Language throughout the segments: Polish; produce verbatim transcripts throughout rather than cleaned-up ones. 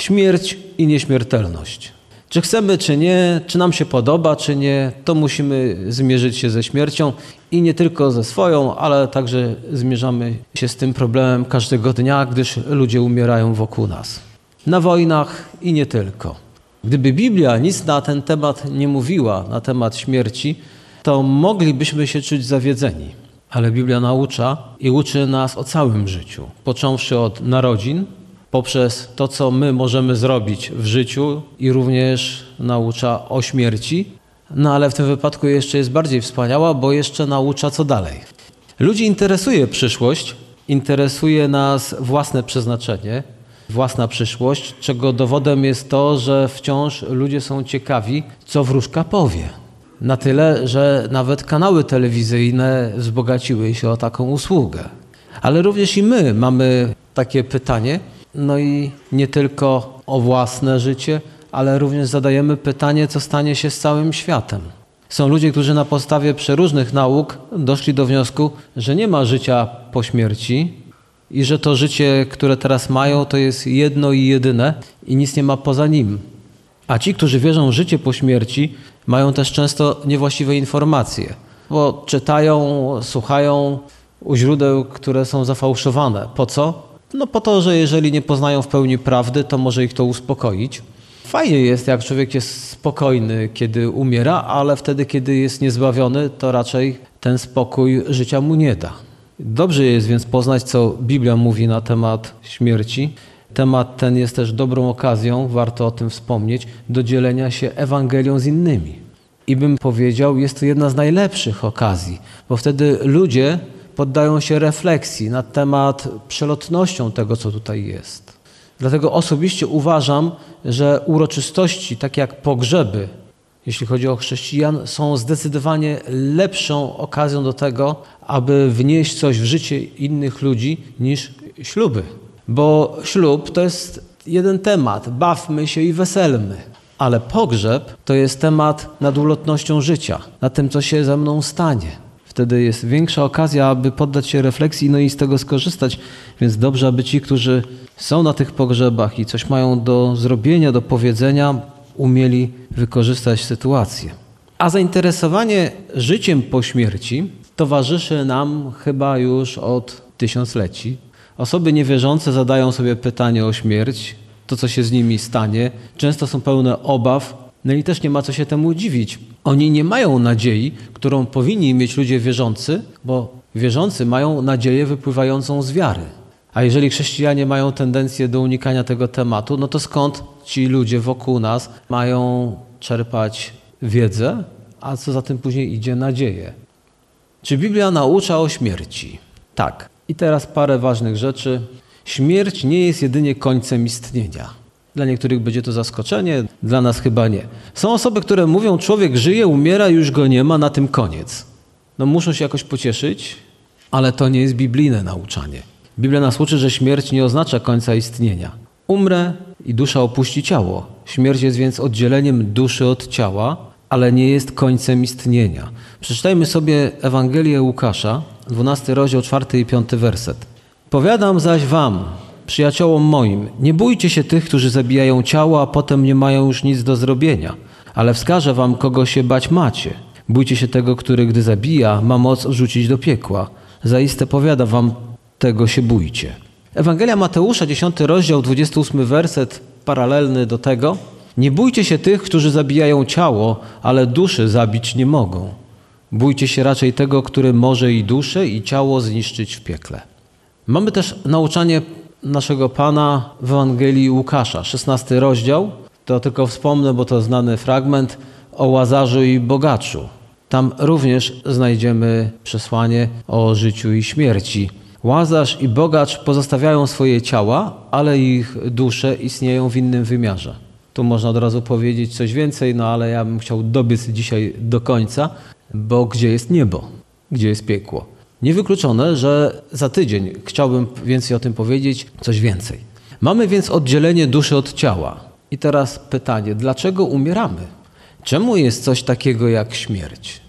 Śmierć i nieśmiertelność. Czy chcemy, czy nie, czy nam się podoba, czy nie, to musimy zmierzyć się ze śmiercią i nie tylko ze swoją, ale także zmierzamy się z tym problemem każdego dnia, gdyż ludzie umierają wokół nas. Na wojnach i nie tylko. Gdyby Biblia nic na ten temat nie mówiła, na temat śmierci, to moglibyśmy się czuć zawiedzeni. Ale Biblia naucza i uczy nas o całym życiu, począwszy od narodzin, poprzez to, co my możemy zrobić w życiu i również naucza o śmierci. No ale w tym wypadku jeszcze jest bardziej wspaniała, bo jeszcze naucza co dalej. Ludzi interesuje przyszłość, interesuje nas własne przeznaczenie, własna przyszłość, czego dowodem jest to, że wciąż ludzie są ciekawi, co wróżka powie. Na tyle, że nawet kanały telewizyjne wzbogaciły się o taką usługę. Ale również i my mamy takie pytanie, no i nie tylko o własne życie, ale również zadajemy pytanie, co stanie się z całym światem. Są ludzie, którzy na podstawie przeróżnych nauk doszli do wniosku, że nie ma życia po śmierci i że to życie, które teraz mają, to jest jedno i jedyne i nic nie ma poza nim. A ci, którzy wierzą w życie po śmierci, mają też często niewłaściwe informacje, bo czytają, słuchają u źródeł, które są zafałszowane. Po co? No po to, że jeżeli nie poznają w pełni prawdy, to może ich to uspokoić. Fajnie jest, jak człowiek jest spokojny, kiedy umiera, ale wtedy, kiedy jest niezbawiony, to raczej ten spokój życia mu nie da. Dobrze jest więc poznać, co Biblia mówi na temat śmierci. Temat ten jest też dobrą okazją, warto o tym wspomnieć, do dzielenia się Ewangelią z innymi. I bym powiedział, jest to jedna z najlepszych okazji, bo wtedy ludzie poddają się refleksji na temat przelotnością tego, co tutaj jest. Dlatego osobiście uważam, że uroczystości, takie jak pogrzeby, jeśli chodzi o chrześcijan, są zdecydowanie lepszą okazją do tego, aby wnieść coś w życie innych ludzi niż śluby. Bo ślub to jest jeden temat, bawmy się i weselmy. Ale pogrzeb to jest temat nad ulotnością życia, nad tym, co się ze mną stanie. Wtedy jest większa okazja, aby poddać się refleksji, no i z tego skorzystać. Więc dobrze, aby ci, którzy są na tych pogrzebach i coś mają do zrobienia, do powiedzenia, umieli wykorzystać sytuację. A zainteresowanie życiem po śmierci towarzyszy nam chyba już od tysiącleci. Osoby niewierzące zadają sobie pytanie o śmierć, to co się z nimi stanie. Często są pełne obaw, no i też nie ma co się temu dziwić. Oni nie mają nadziei, którą powinni mieć ludzie wierzący, bo wierzący mają nadzieję wypływającą z wiary. A jeżeli chrześcijanie mają tendencję do unikania tego tematu, no to skąd ci ludzie wokół nas mają czerpać wiedzę, a co za tym później idzie, nadzieję? Czy Biblia naucza o śmierci? Tak. I teraz parę ważnych rzeczy. Śmierć nie jest jedynie końcem istnienia. Dla niektórych będzie to zaskoczenie, dla nas chyba nie. Są osoby, które mówią, człowiek żyje, umiera, już go nie ma, na tym koniec. No muszą się jakoś pocieszyć, ale to nie jest biblijne nauczanie. Biblia nas uczy, że śmierć nie oznacza końca istnienia. Umrę i dusza opuści ciało. Śmierć jest więc oddzieleniem duszy od ciała, ale nie jest końcem istnienia. Przeczytajmy sobie Ewangelię Łukasza, dwunasty rozdział, czwarty i piąty werset. Powiadam zaś wam, przyjaciołom moim, nie bójcie się tych, którzy zabijają ciało, a potem nie mają już nic do zrobienia. Ale wskażę wam, kogo się bać macie. Bójcie się tego, który gdy zabija, ma moc rzucić do piekła. Zaiste powiada wam, tego się bójcie. Ewangelia Mateusza, dziesiąty rozdział, dwudziesty ósmy werset, paralelny do tego. Nie bójcie się tych, którzy zabijają ciało, ale duszy zabić nie mogą. Bójcie się raczej tego, który może i duszę, i ciało zniszczyć w piekle. Mamy też nauczanie naszego Pana w Ewangelii Łukasza, szesnasty rozdział. To tylko wspomnę, bo to znany fragment o Łazarzu i bogaczu. Tam również znajdziemy przesłanie o życiu i śmierci. Łazarz i bogacz pozostawiają swoje ciała, ale ich dusze istnieją w innym wymiarze. Tu można od razu powiedzieć coś więcej, no ale ja bym chciał dobiec dzisiaj do końca, bo gdzie jest niebo? Gdzie jest piekło? Niewykluczone, że za tydzień chciałbym więcej o tym powiedzieć, coś więcej. Mamy więc oddzielenie duszy od ciała. I teraz pytanie, dlaczego umieramy? Czemu jest coś takiego jak śmierć?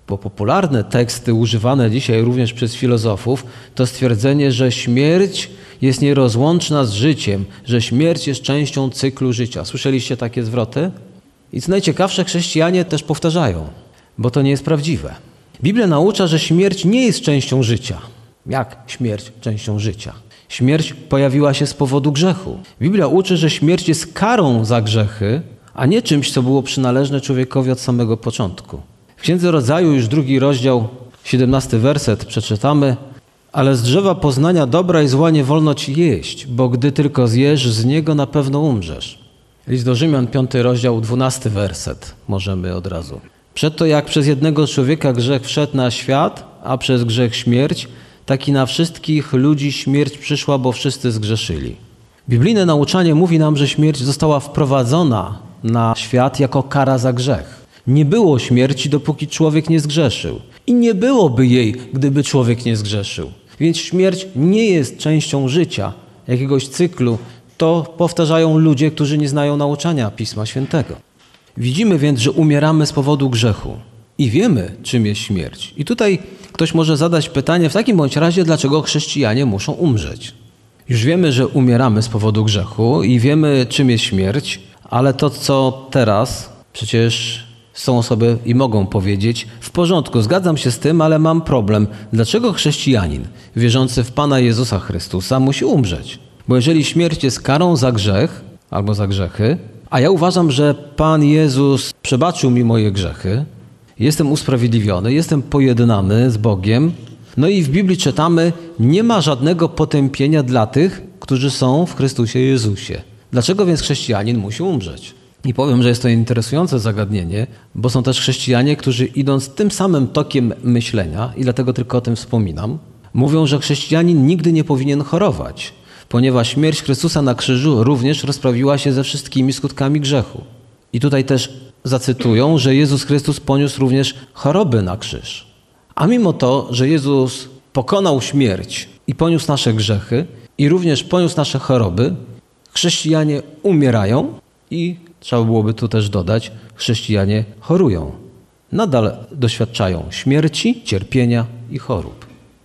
Bo popularne teksty używane dzisiaj również przez filozofów to stwierdzenie, że śmierć jest nierozłączna z życiem, że śmierć jest częścią cyklu życia. Słyszeliście takie zwroty? I co najciekawsze, chrześcijanie też powtarzają, bo to nie jest prawdziwe. Biblia naucza, że śmierć nie jest częścią życia. Jak śmierć częścią życia? Śmierć pojawiła się z powodu grzechu. Biblia uczy, że śmierć jest karą za grzechy, a nie czymś, co było przynależne człowiekowi od samego początku. W Księdze Rodzaju już drugi rozdział, siedemnasty werset przeczytamy: ale z drzewa poznania dobra i zła nie wolno ci jeść, bo gdy tylko zjesz, z niego na pewno umrzesz. List do Rzymian, piąty rozdział, dwunasty werset, możemy od razu. Przeto jak przez jednego człowieka grzech wszedł na świat, a przez grzech śmierć, tak i na wszystkich ludzi śmierć przyszła, bo wszyscy zgrzeszyli. Biblijne nauczanie mówi nam, że śmierć została wprowadzona na świat jako kara za grzech. Nie było śmierci, dopóki człowiek nie zgrzeszył. I nie byłoby jej, gdyby człowiek nie zgrzeszył. Więc śmierć nie jest częścią życia, jakiegoś cyklu. To powtarzają ludzie, którzy nie znają nauczania Pisma Świętego. Widzimy więc, że umieramy z powodu grzechu. I wiemy, czym jest śmierć. I tutaj ktoś może zadać pytanie, w takim bądź razie, dlaczego chrześcijanie muszą umrzeć? Już wiemy, że umieramy z powodu grzechu i wiemy, czym jest śmierć, ale to, co teraz, przecież są osoby i mogą powiedzieć: w porządku, zgadzam się z tym, ale mam problem. Dlaczego chrześcijanin wierzący w Pana Jezusa Chrystusa musi umrzeć? Bo jeżeli śmierć jest karą za grzech albo za grzechy, a ja uważam, że Pan Jezus przebaczył mi moje grzechy, jestem usprawiedliwiony, jestem pojednany z Bogiem, no i w Biblii czytamy: nie ma żadnego potępienia dla tych, którzy są w Chrystusie Jezusie. Dlaczego więc chrześcijanin musi umrzeć? I powiem, że jest to interesujące zagadnienie, bo są też chrześcijanie, którzy idąc tym samym tokiem myślenia, i dlatego tylko o tym wspominam, mówią, że chrześcijanin nigdy nie powinien chorować, ponieważ śmierć Chrystusa na krzyżu również rozprawiła się ze wszystkimi skutkami grzechu. I tutaj też zacytują, że Jezus Chrystus poniósł również choroby na krzyż. A mimo to, że Jezus pokonał śmierć i poniósł nasze grzechy i również poniósł nasze choroby, chrześcijanie umierają i, trzeba byłoby tu też dodać, chrześcijanie chorują. Nadal doświadczają śmierci, cierpienia i chorób.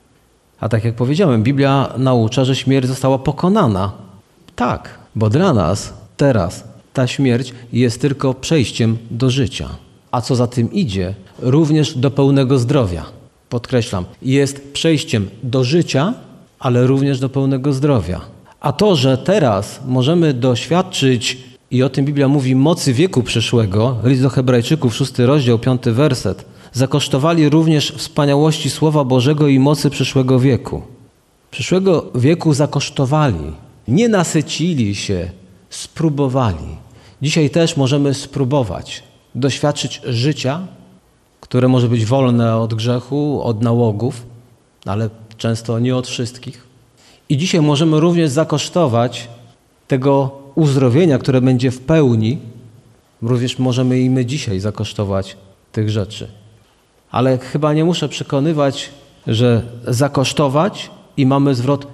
A tak jak powiedziałem, Biblia naucza, że śmierć została pokonana. Tak, bo dla nas teraz ta śmierć jest tylko przejściem do życia. A co za tym idzie, również do pełnego zdrowia. Podkreślam, jest przejściem do życia, ale również do pełnego zdrowia. A to, że teraz możemy doświadczyć, i o tym Biblia mówi, mocy wieku przyszłego, list do Hebrajczyków, szósty rozdział, piąty werset, zakosztowali również wspaniałości Słowa Bożego i mocy przyszłego wieku. Przyszłego wieku zakosztowali, nie nasycili się, spróbowali. Dzisiaj też możemy spróbować doświadczyć życia, które może być wolne od grzechu, od nałogów, ale często nie od wszystkich. I dzisiaj możemy również zakosztować tego uzdrowienia, które będzie w pełni. Również możemy i my dzisiaj zakosztować tych rzeczy. Ale chyba nie muszę przekonywać, że zakosztować i mamy zwrot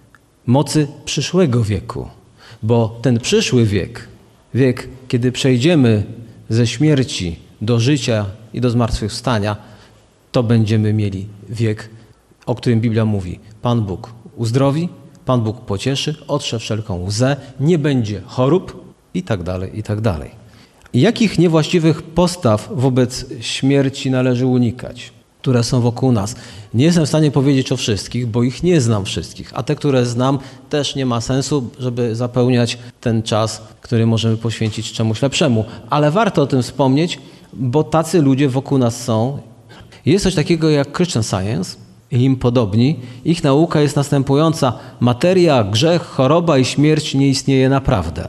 mocy przyszłego wieku. Bo ten przyszły wiek, wiek, kiedy przejdziemy ze śmierci do życia i do zmartwychwstania, to będziemy mieli wiek, o którym Biblia mówi. Pan Bóg uzdrowi, Pan Bóg pocieszy, otrze wszelką łzę, nie będzie chorób i tak dalej, i tak dalej. Jakich niewłaściwych postaw wobec śmierci należy unikać, które są wokół nas? Nie jestem w stanie powiedzieć o wszystkich, bo ich nie znam wszystkich, a te, które znam, też nie ma sensu, żeby zapełniać ten czas, który możemy poświęcić czemuś lepszemu. Ale warto o tym wspomnieć, bo tacy ludzie wokół nas są. Jest coś takiego jak Christian Science i im podobni. Ich nauka jest następująca. Materia, grzech, choroba i śmierć nie istnieje naprawdę.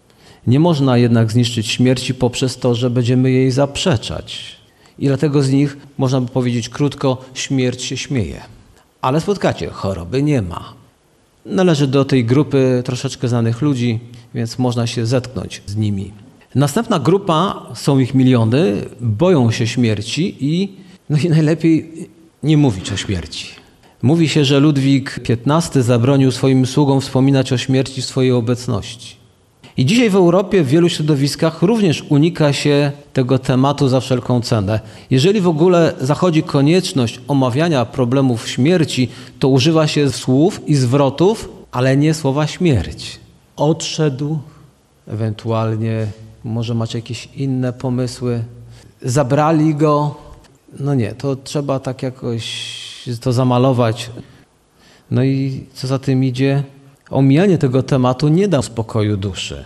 Nie można jednak zniszczyć śmierci poprzez to, że będziemy jej zaprzeczać. I dlatego z nich, można by powiedzieć krótko, śmierć się śmieje. Ale spotkacie, choroby nie ma. Należy do tej grupy troszeczkę znanych ludzi, więc można się zetknąć z nimi. Następna grupa, są ich miliony, boją się śmierci i, no i najlepiej nie mówić o śmierci. Mówi się, że Ludwik piętnasty zabronił swoim sługom wspominać o śmierci w swojej obecności. I dzisiaj w Europie w wielu środowiskach również unika się tego tematu za wszelką cenę. Jeżeli w ogóle zachodzi konieczność omawiania problemów śmierci, to używa się słów i zwrotów, ale nie słowa śmierć. Odszedł, ewentualnie może macie jakieś inne pomysły, zabrali go. No nie, to trzeba tak jakoś to zamalować. No i co za tym idzie? Omijanie tego tematu nie da spokoju duszy.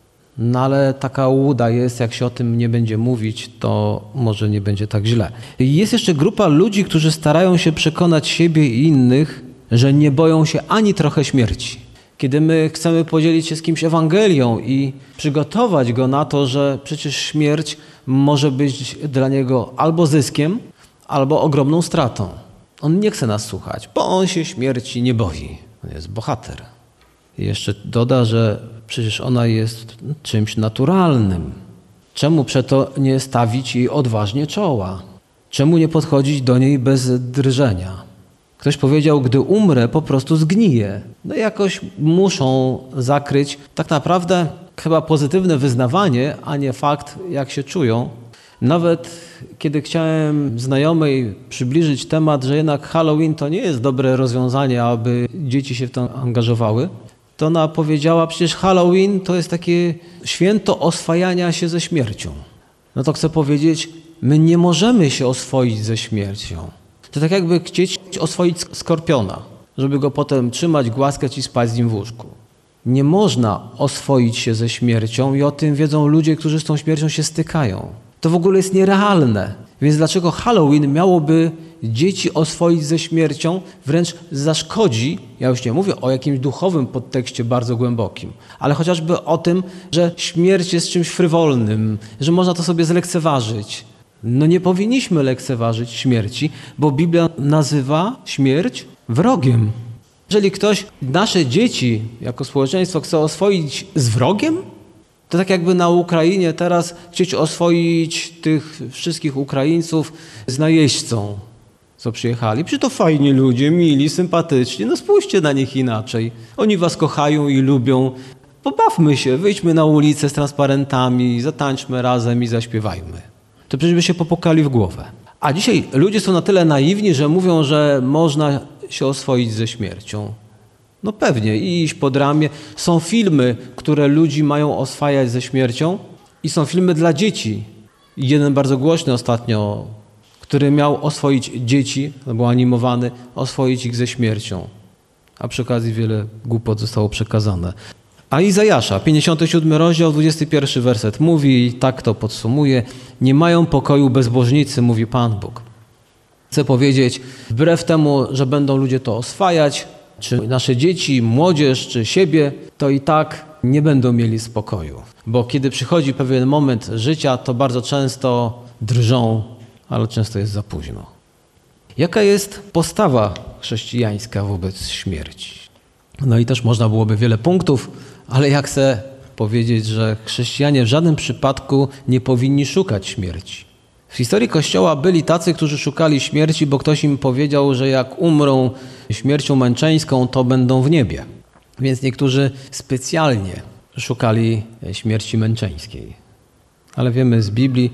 No ale taka łuda jest, jak się o tym nie będzie mówić, to może nie będzie tak źle. Jest jeszcze grupa ludzi, którzy starają się przekonać siebie i innych, że nie boją się ani trochę śmierci. Kiedy my chcemy podzielić się z kimś Ewangelią i przygotować go na to, że przecież śmierć może być dla niego albo zyskiem, albo ogromną stratą. On nie chce nas słuchać, bo on się śmierci nie boi. On jest bohater. I jeszcze doda, że przecież ona jest czymś naturalnym. Czemu przeto nie stawić jej odważnie czoła? Czemu nie podchodzić do niej bez drżenia? Ktoś powiedział, gdy umrę, po prostu zgniję. No jakoś muszą zakryć tak naprawdę chyba pozytywne wyznawanie, a nie fakt, jak się czują. Nawet kiedy chciałem znajomej przybliżyć temat, że jednak Halloween to nie jest dobre rozwiązanie, aby dzieci się w to angażowały, to ona powiedziała, przecież Halloween to jest takie święto oswajania się ze śmiercią. No to chcę powiedzieć, my nie możemy się oswoić ze śmiercią. To tak jakby chcieć oswoić skorpiona, żeby go potem trzymać, głaskać i spać z nim w łóżku. Nie można oswoić się ze śmiercią i o tym wiedzą ludzie, którzy z tą śmiercią się stykają. To w ogóle jest nierealne. Więc dlaczego Halloween miałoby dzieci oswoić ze śmiercią? Wręcz zaszkodzi, ja już nie mówię o jakimś duchowym podtekście bardzo głębokim, ale chociażby o tym, że śmierć jest czymś frywolnym, że można to sobie zlekceważyć. No nie powinniśmy lekceważyć śmierci, bo Biblia nazywa śmierć wrogiem. Jeżeli ktoś nasze dzieci jako społeczeństwo chce oswoić z wrogiem, to tak jakby na Ukrainie teraz chcieć oswoić tych wszystkich Ukraińców z najeźdźcą, co przyjechali. Przecież to fajni ludzie, mili, sympatyczni. No spójrzcie na nich inaczej. Oni was kochają i lubią. Pobawmy się, wyjdźmy na ulicę z transparentami, zatańczmy razem i zaśpiewajmy. To przecież by się popukali w głowę. A dzisiaj ludzie są na tyle naiwni, że mówią, że można się oswoić ze śmiercią. No pewnie, i iść pod ramię. Są filmy, które ludzi mają oswajać ze śmiercią i są filmy dla dzieci. Jeden bardzo głośny ostatnio, który miał oswoić dzieci, to był animowany, oswoić ich ze śmiercią. A przy okazji wiele głupot zostało przekazane. A Izajasza, pięćdziesiąty siódmy rozdział, dwudziesty pierwszy werset mówi, i tak to podsumuje, nie mają pokoju bezbożnicy, mówi Pan Bóg. Chcę powiedzieć, wbrew temu, że będą ludzie to oswajać, czy nasze dzieci, młodzież, czy siebie, to i tak nie będą mieli spokoju. Bo kiedy przychodzi pewien moment życia, to bardzo często drżą, ale często jest za późno. Jaka jest postawa chrześcijańska wobec śmierci? No i też można byłoby wiele punktów, ale ja chcę powiedzieć, że chrześcijanie w żadnym przypadku nie powinni szukać śmierci. W historii Kościoła byli tacy, którzy szukali śmierci, bo ktoś im powiedział, że jak umrą śmiercią męczeńską, to będą w niebie. Więc niektórzy specjalnie szukali śmierci męczeńskiej. Ale wiemy z Biblii,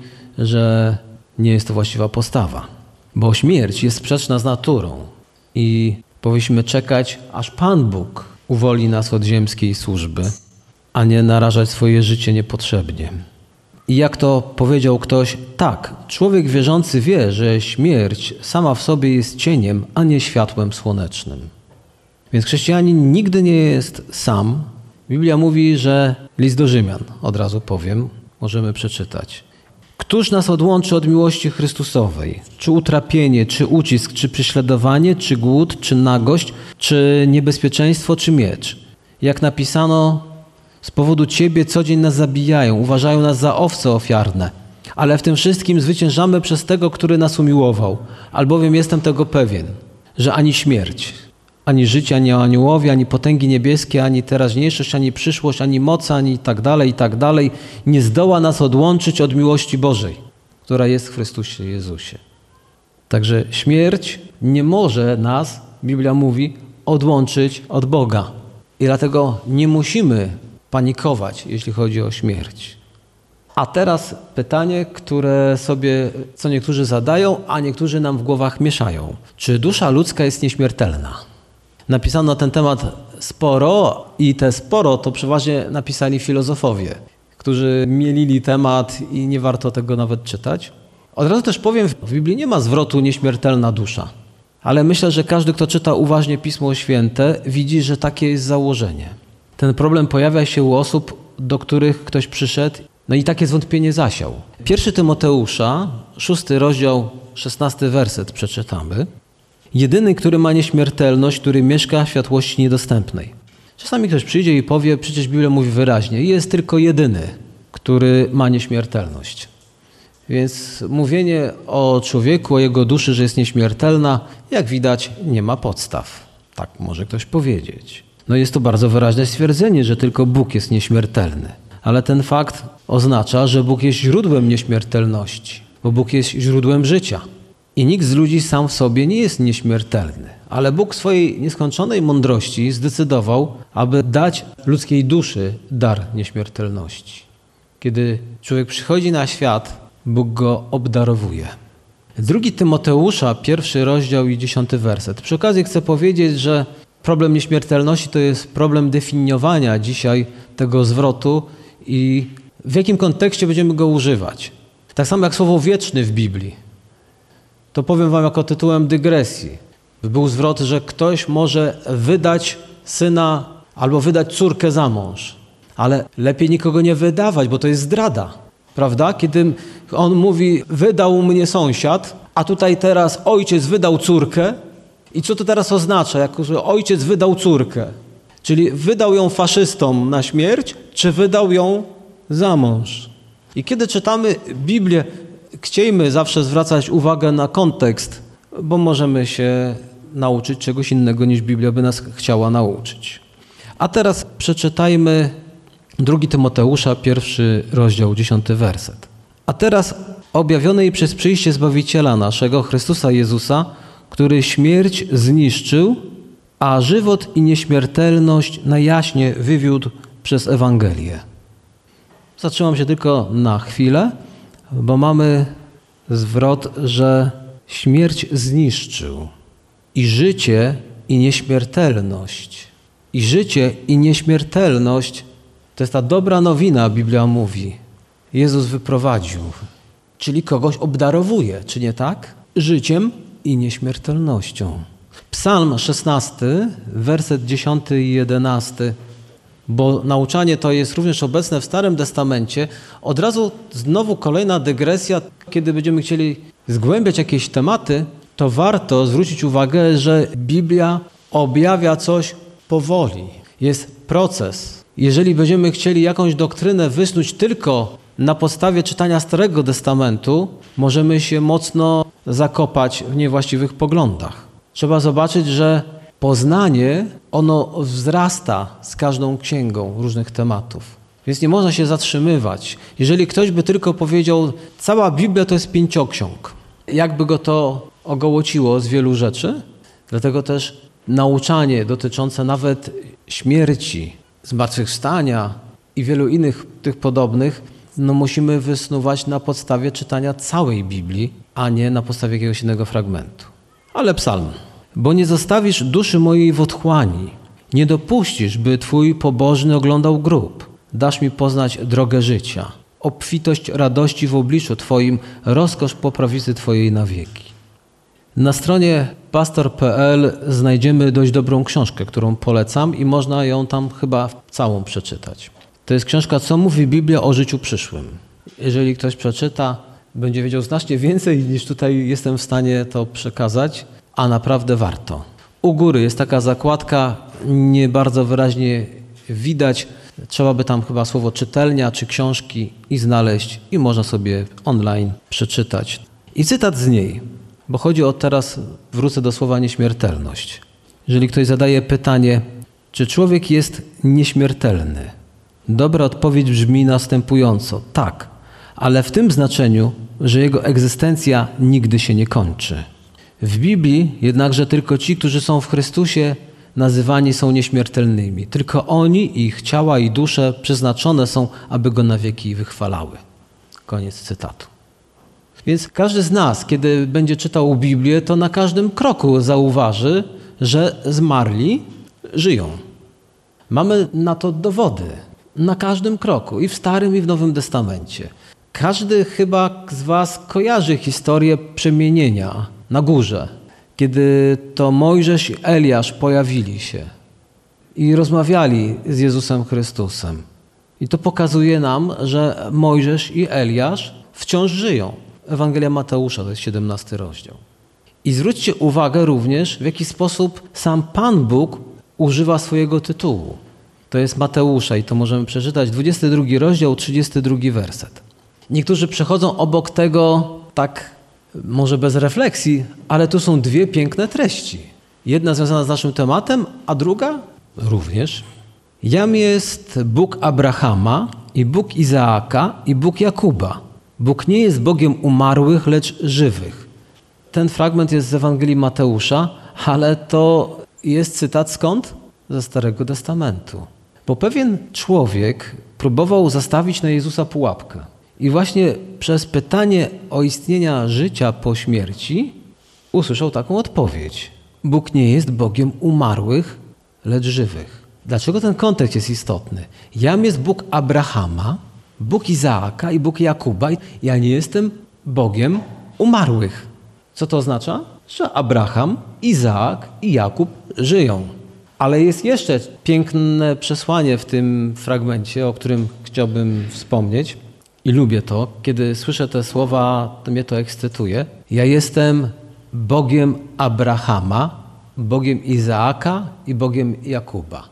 że nie jest to właściwa postawa, bo śmierć jest sprzeczna z naturą i powinniśmy czekać, aż Pan Bóg uwolni nas od ziemskiej służby, a nie narażać swoje życie niepotrzebnie. I jak to powiedział ktoś, tak, człowiek wierzący wie, że śmierć sama w sobie jest cieniem, a nie światłem słonecznym. Więc chrześcijanin nigdy nie jest sam. Biblia mówi, że list do Rzymian, od razu powiem, możemy przeczytać. Któż nas odłączy od miłości Chrystusowej? Czy utrapienie, czy ucisk, czy prześladowanie, czy głód, czy nagość, czy niebezpieczeństwo, czy miecz? Jak napisano, z powodu Ciebie co dzień nas zabijają, uważają nas za owce ofiarne. Ale w tym wszystkim zwyciężamy przez Tego, który nas umiłował. Albowiem jestem tego pewien, że ani śmierć, ani życie, ani aniołowie, ani potęgi niebieskie, ani teraźniejszość, ani przyszłość, ani moc, ani tak dalej, i tak dalej, nie zdoła nas odłączyć od miłości Bożej, która jest w Chrystusie Jezusie. Także śmierć nie może nas, Biblia mówi, odłączyć od Boga. I dlatego nie musimy panikować, jeśli chodzi o śmierć. A teraz pytanie, które sobie co niektórzy zadają, a niektórzy nam w głowach mieszają. Czy dusza ludzka jest nieśmiertelna? Napisano na ten temat sporo i te sporo to przeważnie napisali filozofowie, którzy mielili temat i nie warto tego nawet czytać. Od razu też powiem, w Biblii nie ma zwrotu nieśmiertelna dusza. Ale myślę, że każdy, kto czyta uważnie Pismo Święte, widzi, że takie jest założenie. Ten problem pojawia się u osób, do których ktoś przyszedł, no i takie zwątpienie zasiał. Pierwszy Tymoteusza, szósty rozdział, szesnasty werset przeczytamy. Jedyny, który ma nieśmiertelność, który mieszka w światłości niedostępnej. Czasami ktoś przyjdzie i powie, przecież Biblia mówi wyraźnie, jest tylko jedyny, który ma nieśmiertelność. Więc mówienie o człowieku, o jego duszy, że jest nieśmiertelna, jak widać, nie ma podstaw. Tak może ktoś powiedzieć. No jest to bardzo wyraźne stwierdzenie, że tylko Bóg jest nieśmiertelny. Ale ten fakt oznacza, że Bóg jest źródłem nieśmiertelności, bo Bóg jest źródłem życia. I nikt z ludzi sam w sobie nie jest nieśmiertelny. Ale Bóg w swojej nieskończonej mądrości zdecydował, aby dać ludzkiej duszy dar nieśmiertelności. Kiedy człowiek przychodzi na świat, Bóg go obdarowuje. Drugi Tymoteusza, pierwszy rozdział i dziesiąty werset. Przy okazji chcę powiedzieć, że problem nieśmiertelności to jest problem definiowania dzisiaj tego zwrotu i w jakim kontekście będziemy go używać. Tak samo jak słowo wieczny w Biblii. To powiem wam jako tytułem dygresji. Był zwrot, że ktoś może wydać syna albo wydać córkę za mąż. Ale lepiej nikogo nie wydawać, bo to jest zdrada. Prawda? Kiedy on mówi, wydał mnie sąsiad, a tutaj teraz ojciec wydał córkę. I co to teraz oznacza, jako że ojciec wydał córkę? Czyli wydał ją faszystom na śmierć, czy wydał ją za mąż? I kiedy czytamy Biblię, chciejmy zawsze zwracać uwagę na kontekst, bo możemy się nauczyć czegoś innego, niż Biblia by nas chciała nauczyć. A teraz przeczytajmy drugi Tymoteusza, pierwszy rozdział, dziesiąty werset. A teraz objawionej przez przyjście Zbawiciela naszego, Chrystusa Jezusa, który śmierć zniszczył, a żywot i nieśmiertelność na jaśnie wywiódł przez Ewangelię. Zatrzymam się tylko na chwilę, bo mamy zwrot, że śmierć zniszczył i życie i nieśmiertelność. I życie i nieśmiertelność to jest ta dobra nowina, Biblia mówi. Jezus wyprowadził, czyli kogoś obdarowuje, czy nie tak? Życiem i nieśmiertelnością. Psalm szesnasty, werset dziesiąty i jedenasty, bo nauczanie to jest również obecne w Starym Testamencie. Od razu znowu kolejna dygresja, kiedy będziemy chcieli zgłębiać jakieś tematy, to warto zwrócić uwagę, że Biblia objawia coś powoli. Jest proces. Jeżeli będziemy chcieli jakąś doktrynę wysnuć tylko na podstawie czytania Starego Testamentu, możemy się mocno zakopać w niewłaściwych poglądach. Trzeba zobaczyć, że poznanie, ono wzrasta z każdą księgą różnych tematów. Więc nie można się zatrzymywać. Jeżeli ktoś by tylko powiedział, cała Biblia to jest pięcioksiąg, jakby go to ogołociło z wielu rzeczy. Dlatego też nauczanie dotyczące nawet śmierci, zmartwychwstania i wielu innych tych podobnych, no musimy wysnuwać na podstawie czytania całej Biblii, a nie na podstawie jakiegoś innego fragmentu. Ale psalm. Bo nie zostawisz duszy mojej w otchłani, nie dopuścisz, by Twój pobożny oglądał grób. Dasz mi poznać drogę życia, obfitość radości w obliczu Twoim, rozkosz po prawicy Twojej na wieki. Na stronie pastor kropka p l znajdziemy dość dobrą książkę, którą polecam i można ją tam chyba całą przeczytać. To jest książka Co mówi Biblia o życiu przyszłym. Jeżeli ktoś przeczyta, będzie wiedział znacznie więcej niż tutaj jestem w stanie to przekazać, a naprawdę warto. U góry jest taka zakładka, nie bardzo wyraźnie widać. Trzeba by tam chyba słowo czytelnia czy książki i znaleźć i można sobie online przeczytać. I cytat z niej, bo chodzi o teraz, wrócę do słowa nieśmiertelność. Jeżeli ktoś zadaje pytanie, czy człowiek jest nieśmiertelny? Dobra odpowiedź brzmi następująco. Tak, ale w tym znaczeniu, że jego egzystencja nigdy się nie kończy. W Biblii jednakże tylko ci, którzy są w Chrystusie, nazywani są nieśmiertelnymi. Tylko oni, ich ciała i dusze przeznaczone są, aby go na wieki wychwalały. Koniec cytatu. Więc każdy z nas, kiedy będzie czytał Biblię, to na każdym kroku zauważy, że zmarli żyją. Mamy na to dowody. Na każdym kroku, i w Starym, i w Nowym Testamencie. Każdy chyba z was kojarzy historię przemienienia na górze, kiedy to Mojżesz i Eliasz pojawili się i rozmawiali z Jezusem Chrystusem. I to pokazuje nam, że Mojżesz i Eliasz wciąż żyją. Ewangelia Mateusza, to jest siedemnasty rozdział. I zwróćcie uwagę również, w jaki sposób sam Pan Bóg używa swojego tytułu. To jest Mateusza i to możemy przeczytać, dwudziesty drugi rozdział, trzydziesty drugi werset. Niektórzy przechodzą obok tego tak, może bez refleksji, ale tu są dwie piękne treści. Jedna związana z naszym tematem, a druga również. Jam jest Bóg Abrahama i Bóg Izaaka i Bóg Jakuba. Bóg nie jest Bogiem umarłych, lecz żywych. Ten fragment jest z Ewangelii Mateusza, ale to jest cytat skąd? Ze Starego Testamentu. Bo pewien człowiek próbował zastawić na Jezusa pułapkę. I właśnie przez pytanie o istnienia życia po śmierci usłyszał taką odpowiedź. Bóg nie jest Bogiem umarłych, lecz żywych. Dlaczego ten kontekst jest istotny? Jam jest Bóg Abrahama, Bóg Izaaka i Bóg Jakuba. Ja nie jestem Bogiem umarłych. Co to oznacza? Że Abraham, Izaak i Jakub żyją. Ale jest jeszcze piękne przesłanie w tym fragmencie, o którym chciałbym wspomnieć. I lubię to. Kiedy słyszę te słowa, to mnie to ekscytuje. Ja jestem Bogiem Abrahama, Bogiem Izaaka i Bogiem Jakuba.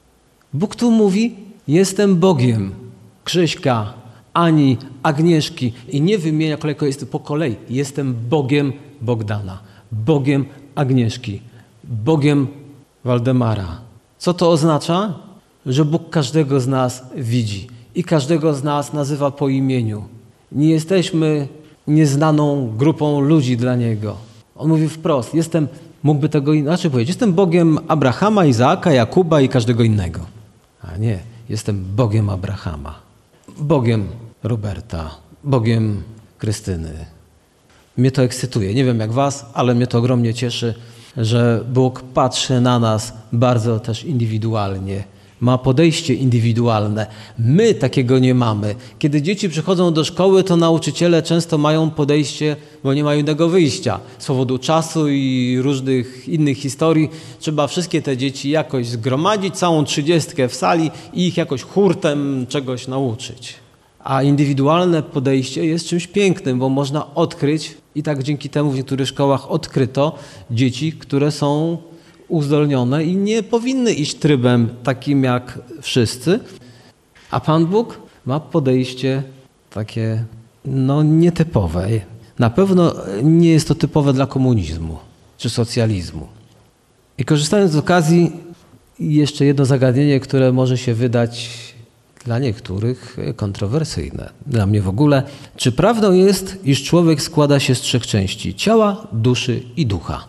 Bóg tu mówi, jestem Bogiem Krzyśka, Ani, Agnieszki i nie wymienia kolejnego, jest po kolei. Jestem Bogiem Bogdana, Bogiem Agnieszki, Bogiem Waldemara. Co to oznacza? Że Bóg każdego z nas widzi i każdego z nas nazywa po imieniu. Nie jesteśmy nieznaną grupą ludzi dla Niego. On mówi wprost, jestem, mógłby tego inaczej powiedzieć, jestem Bogiem Abrahama, Izaaka, Jakuba i każdego innego. A nie, jestem Bogiem Abrahama, Bogiem Roberta, Bogiem Krystyny. Mnie to ekscytuje. Nie wiem jak was, ale mnie to ogromnie cieszy, że Bóg patrzy na nas bardzo też indywidualnie. Ma podejście indywidualne. My takiego nie mamy. Kiedy dzieci przychodzą do szkoły, to nauczyciele często mają podejście, bo nie mają innego wyjścia. Z powodu czasu i różnych innych historii trzeba wszystkie te dzieci jakoś zgromadzić, całą trzydziestkę w sali i ich jakoś hurtem czegoś nauczyć. A indywidualne podejście jest czymś pięknym, bo można odkryć i tak dzięki temu w niektórych szkołach odkryto dzieci, które są uzdolnione i nie powinny iść trybem takim jak wszyscy. A Pan Bóg ma podejście takie no nietypowe. Na pewno nie jest to typowe dla komunizmu czy socjalizmu. I korzystając z okazji jeszcze jedno zagadnienie, które może się wydać dla niektórych kontrowersyjne. Dla mnie w ogóle. Czy prawdą jest, iż człowiek składa się z trzech części? Ciała, duszy i ducha.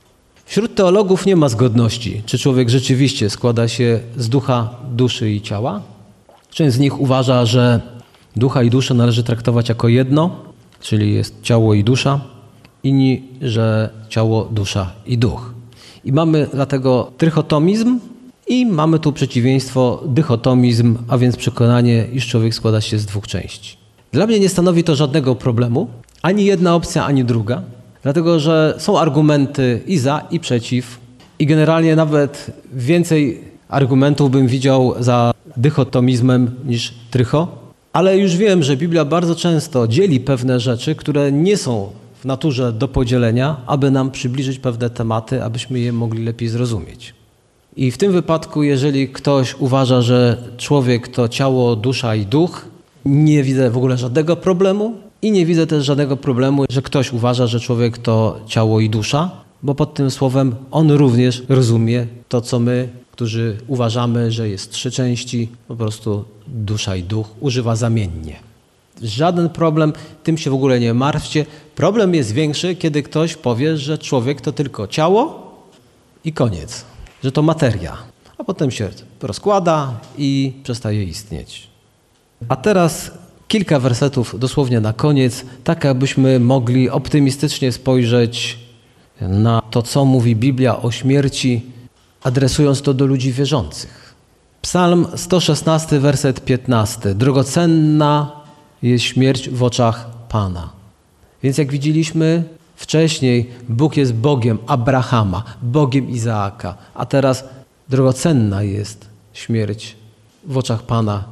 Wśród teologów nie ma zgodności, czy człowiek rzeczywiście składa się z ducha, duszy i ciała. Część z nich uważa, że ducha i duszę należy traktować jako jedno, czyli jest ciało i dusza. Inni, że ciało, dusza i duch. I mamy dlatego trychotomizm i mamy tu przeciwieństwo dychotomizm, a więc przekonanie, iż człowiek składa się z dwóch części. Dla mnie nie stanowi to żadnego problemu, ani jedna opcja, ani druga. Dlatego, że są argumenty i za, i przeciw. I generalnie nawet więcej argumentów bym widział za dychotomizmem niż trycho. Ale już wiem, że Biblia bardzo często dzieli pewne rzeczy, które nie są w naturze do podzielenia, aby nam przybliżyć pewne tematy, abyśmy je mogli lepiej zrozumieć. I w tym wypadku, jeżeli ktoś uważa, że człowiek to ciało, dusza i duch, nie widzę w ogóle żadnego problemu. I nie widzę też żadnego problemu, że ktoś uważa, że człowiek to ciało i dusza, bo pod tym słowem on również rozumie to, co my, którzy uważamy, że jest trzy części, po prostu dusza i duch, używa zamiennie. Żaden problem, tym się w ogóle nie martwcie. Problem jest większy, kiedy ktoś powie, że człowiek to tylko ciało i koniec. że to materia, a potem się rozkłada i przestaje istnieć. A teraz kilka wersetów dosłownie na koniec, tak abyśmy mogli optymistycznie spojrzeć na to, co mówi Biblia o śmierci, adresując to do ludzi wierzących. Psalm sto szesnasty, werset piętnasty. Drogocenna jest śmierć w oczach Pana. Więc jak widzieliśmy wcześniej, Bóg jest Bogiem Abrahama, Bogiem Izaaka, a teraz drogocenna jest śmierć w oczach Pana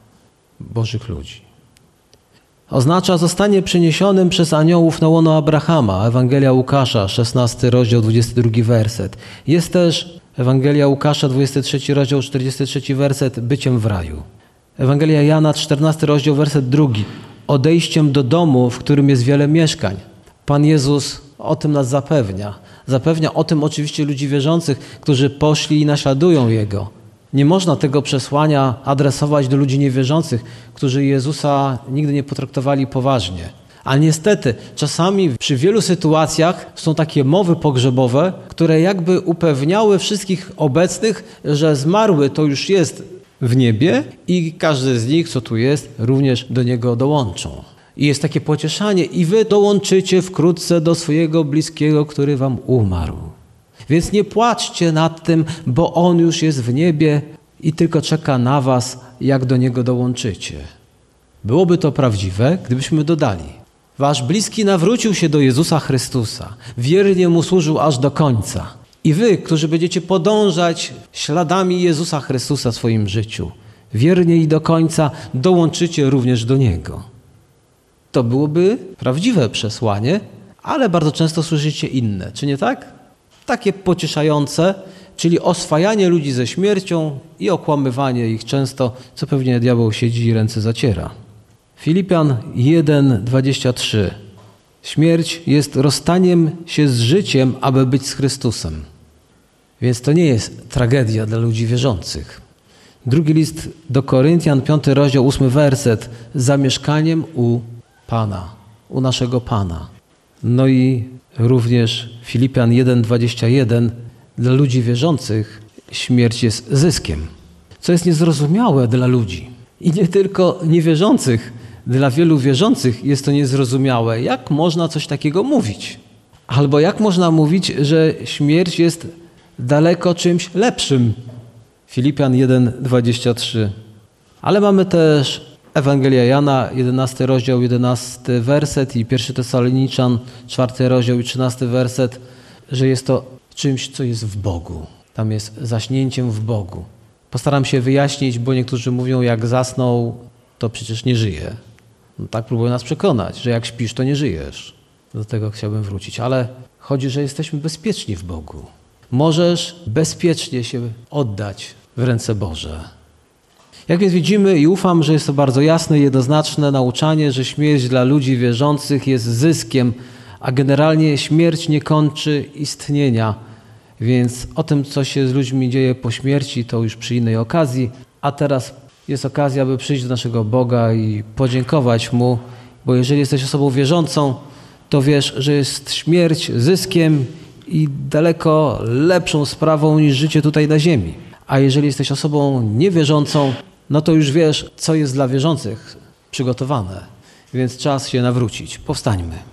Bożych ludzi. Oznacza zostanie przeniesionym przez aniołów na łono Abrahama. Ewangelia Łukasza, szesnasty rozdział, dwudziesty drugi werset. Jest też Ewangelia Łukasza, dwudziesty trzeci rozdział, czterdziesty trzeci werset, byciem w raju. Ewangelia Jana, czternasty rozdział, werset drugi. Odejściem do domu, w którym jest wiele mieszkań. Pan Jezus o tym nas zapewnia. Zapewnia o tym oczywiście ludzi wierzących, którzy poszli i naśladują Jego. Nie można tego przesłania adresować do ludzi niewierzących, którzy Jezusa nigdy nie potraktowali poważnie. A niestety czasami przy wielu sytuacjach są takie mowy pogrzebowe, które jakby upewniały wszystkich obecnych, że zmarły to już jest w niebie i każdy z nich, co tu jest, również do Niego dołączą. I jest takie pocieszanie i wy dołączycie wkrótce do swojego bliskiego, który wam umarł. Więc nie płaczcie nad tym, bo On już jest w niebie i tylko czeka na was, jak do Niego dołączycie. Byłoby to prawdziwe, gdybyśmy dodali: wasz bliski nawrócił się do Jezusa Chrystusa, wiernie Mu służył aż do końca. I wy, którzy będziecie podążać śladami Jezusa Chrystusa w swoim życiu, wiernie i do końca dołączycie również do Niego. To byłoby prawdziwe przesłanie, ale bardzo często słyszycie inne, czy nie tak? Takie pocieszające, czyli oswajanie ludzi ze śmiercią i okłamywanie ich często, co pewnie diabeł siedzi i ręce zaciera. Filipian jeden, dwadzieścia trzy. Śmierć jest rozstaniem się z życiem, aby być z Chrystusem. Więc to nie jest tragedia dla ludzi wierzących. Drugi list do Koryntian, piąty rozdział, ósmy werset. Zamieszkaniem u Pana, u naszego Pana. No i również Filipian jeden, dwadzieścia jeden. Dla ludzi wierzących śmierć jest zyskiem, co jest niezrozumiałe dla ludzi. I nie tylko niewierzących, dla wielu wierzących jest to niezrozumiałe. Jak można coś takiego mówić? Albo jak można mówić, że śmierć jest daleko czymś lepszym? Filipian jeden, dwadzieścia trzy. Ale mamy też Ewangelia Jana, jedenasty rozdział, jedenasty werset i pierwszy Tesaloniczan, czwarty rozdział i trzynasty werset, że jest to czymś, co jest w Bogu. Tam jest zaśnięciem w Bogu. Postaram się wyjaśnić, bo niektórzy mówią, jak zasnął, to przecież nie żyje. No tak próbują nas przekonać, że jak śpisz, to nie żyjesz. Do tego chciałbym wrócić, ale chodzi, że jesteśmy bezpieczni w Bogu. Możesz bezpiecznie się oddać w ręce Boże. Jak więc widzimy i ufam, że jest to bardzo jasne i jednoznaczne nauczanie, że śmierć dla ludzi wierzących jest zyskiem, a generalnie śmierć nie kończy istnienia. Więc o tym, co się z ludźmi dzieje po śmierci, to już przy innej okazji. A teraz jest okazja, by przyjść do naszego Boga i podziękować Mu, bo jeżeli jesteś osobą wierzącą, to wiesz, że jest śmierć zyskiem i daleko lepszą sprawą niż życie tutaj na ziemi. A jeżeli jesteś osobą niewierzącą, no to już wiesz, co jest dla wierzących przygotowane. Więc czas się nawrócić. Powstańmy.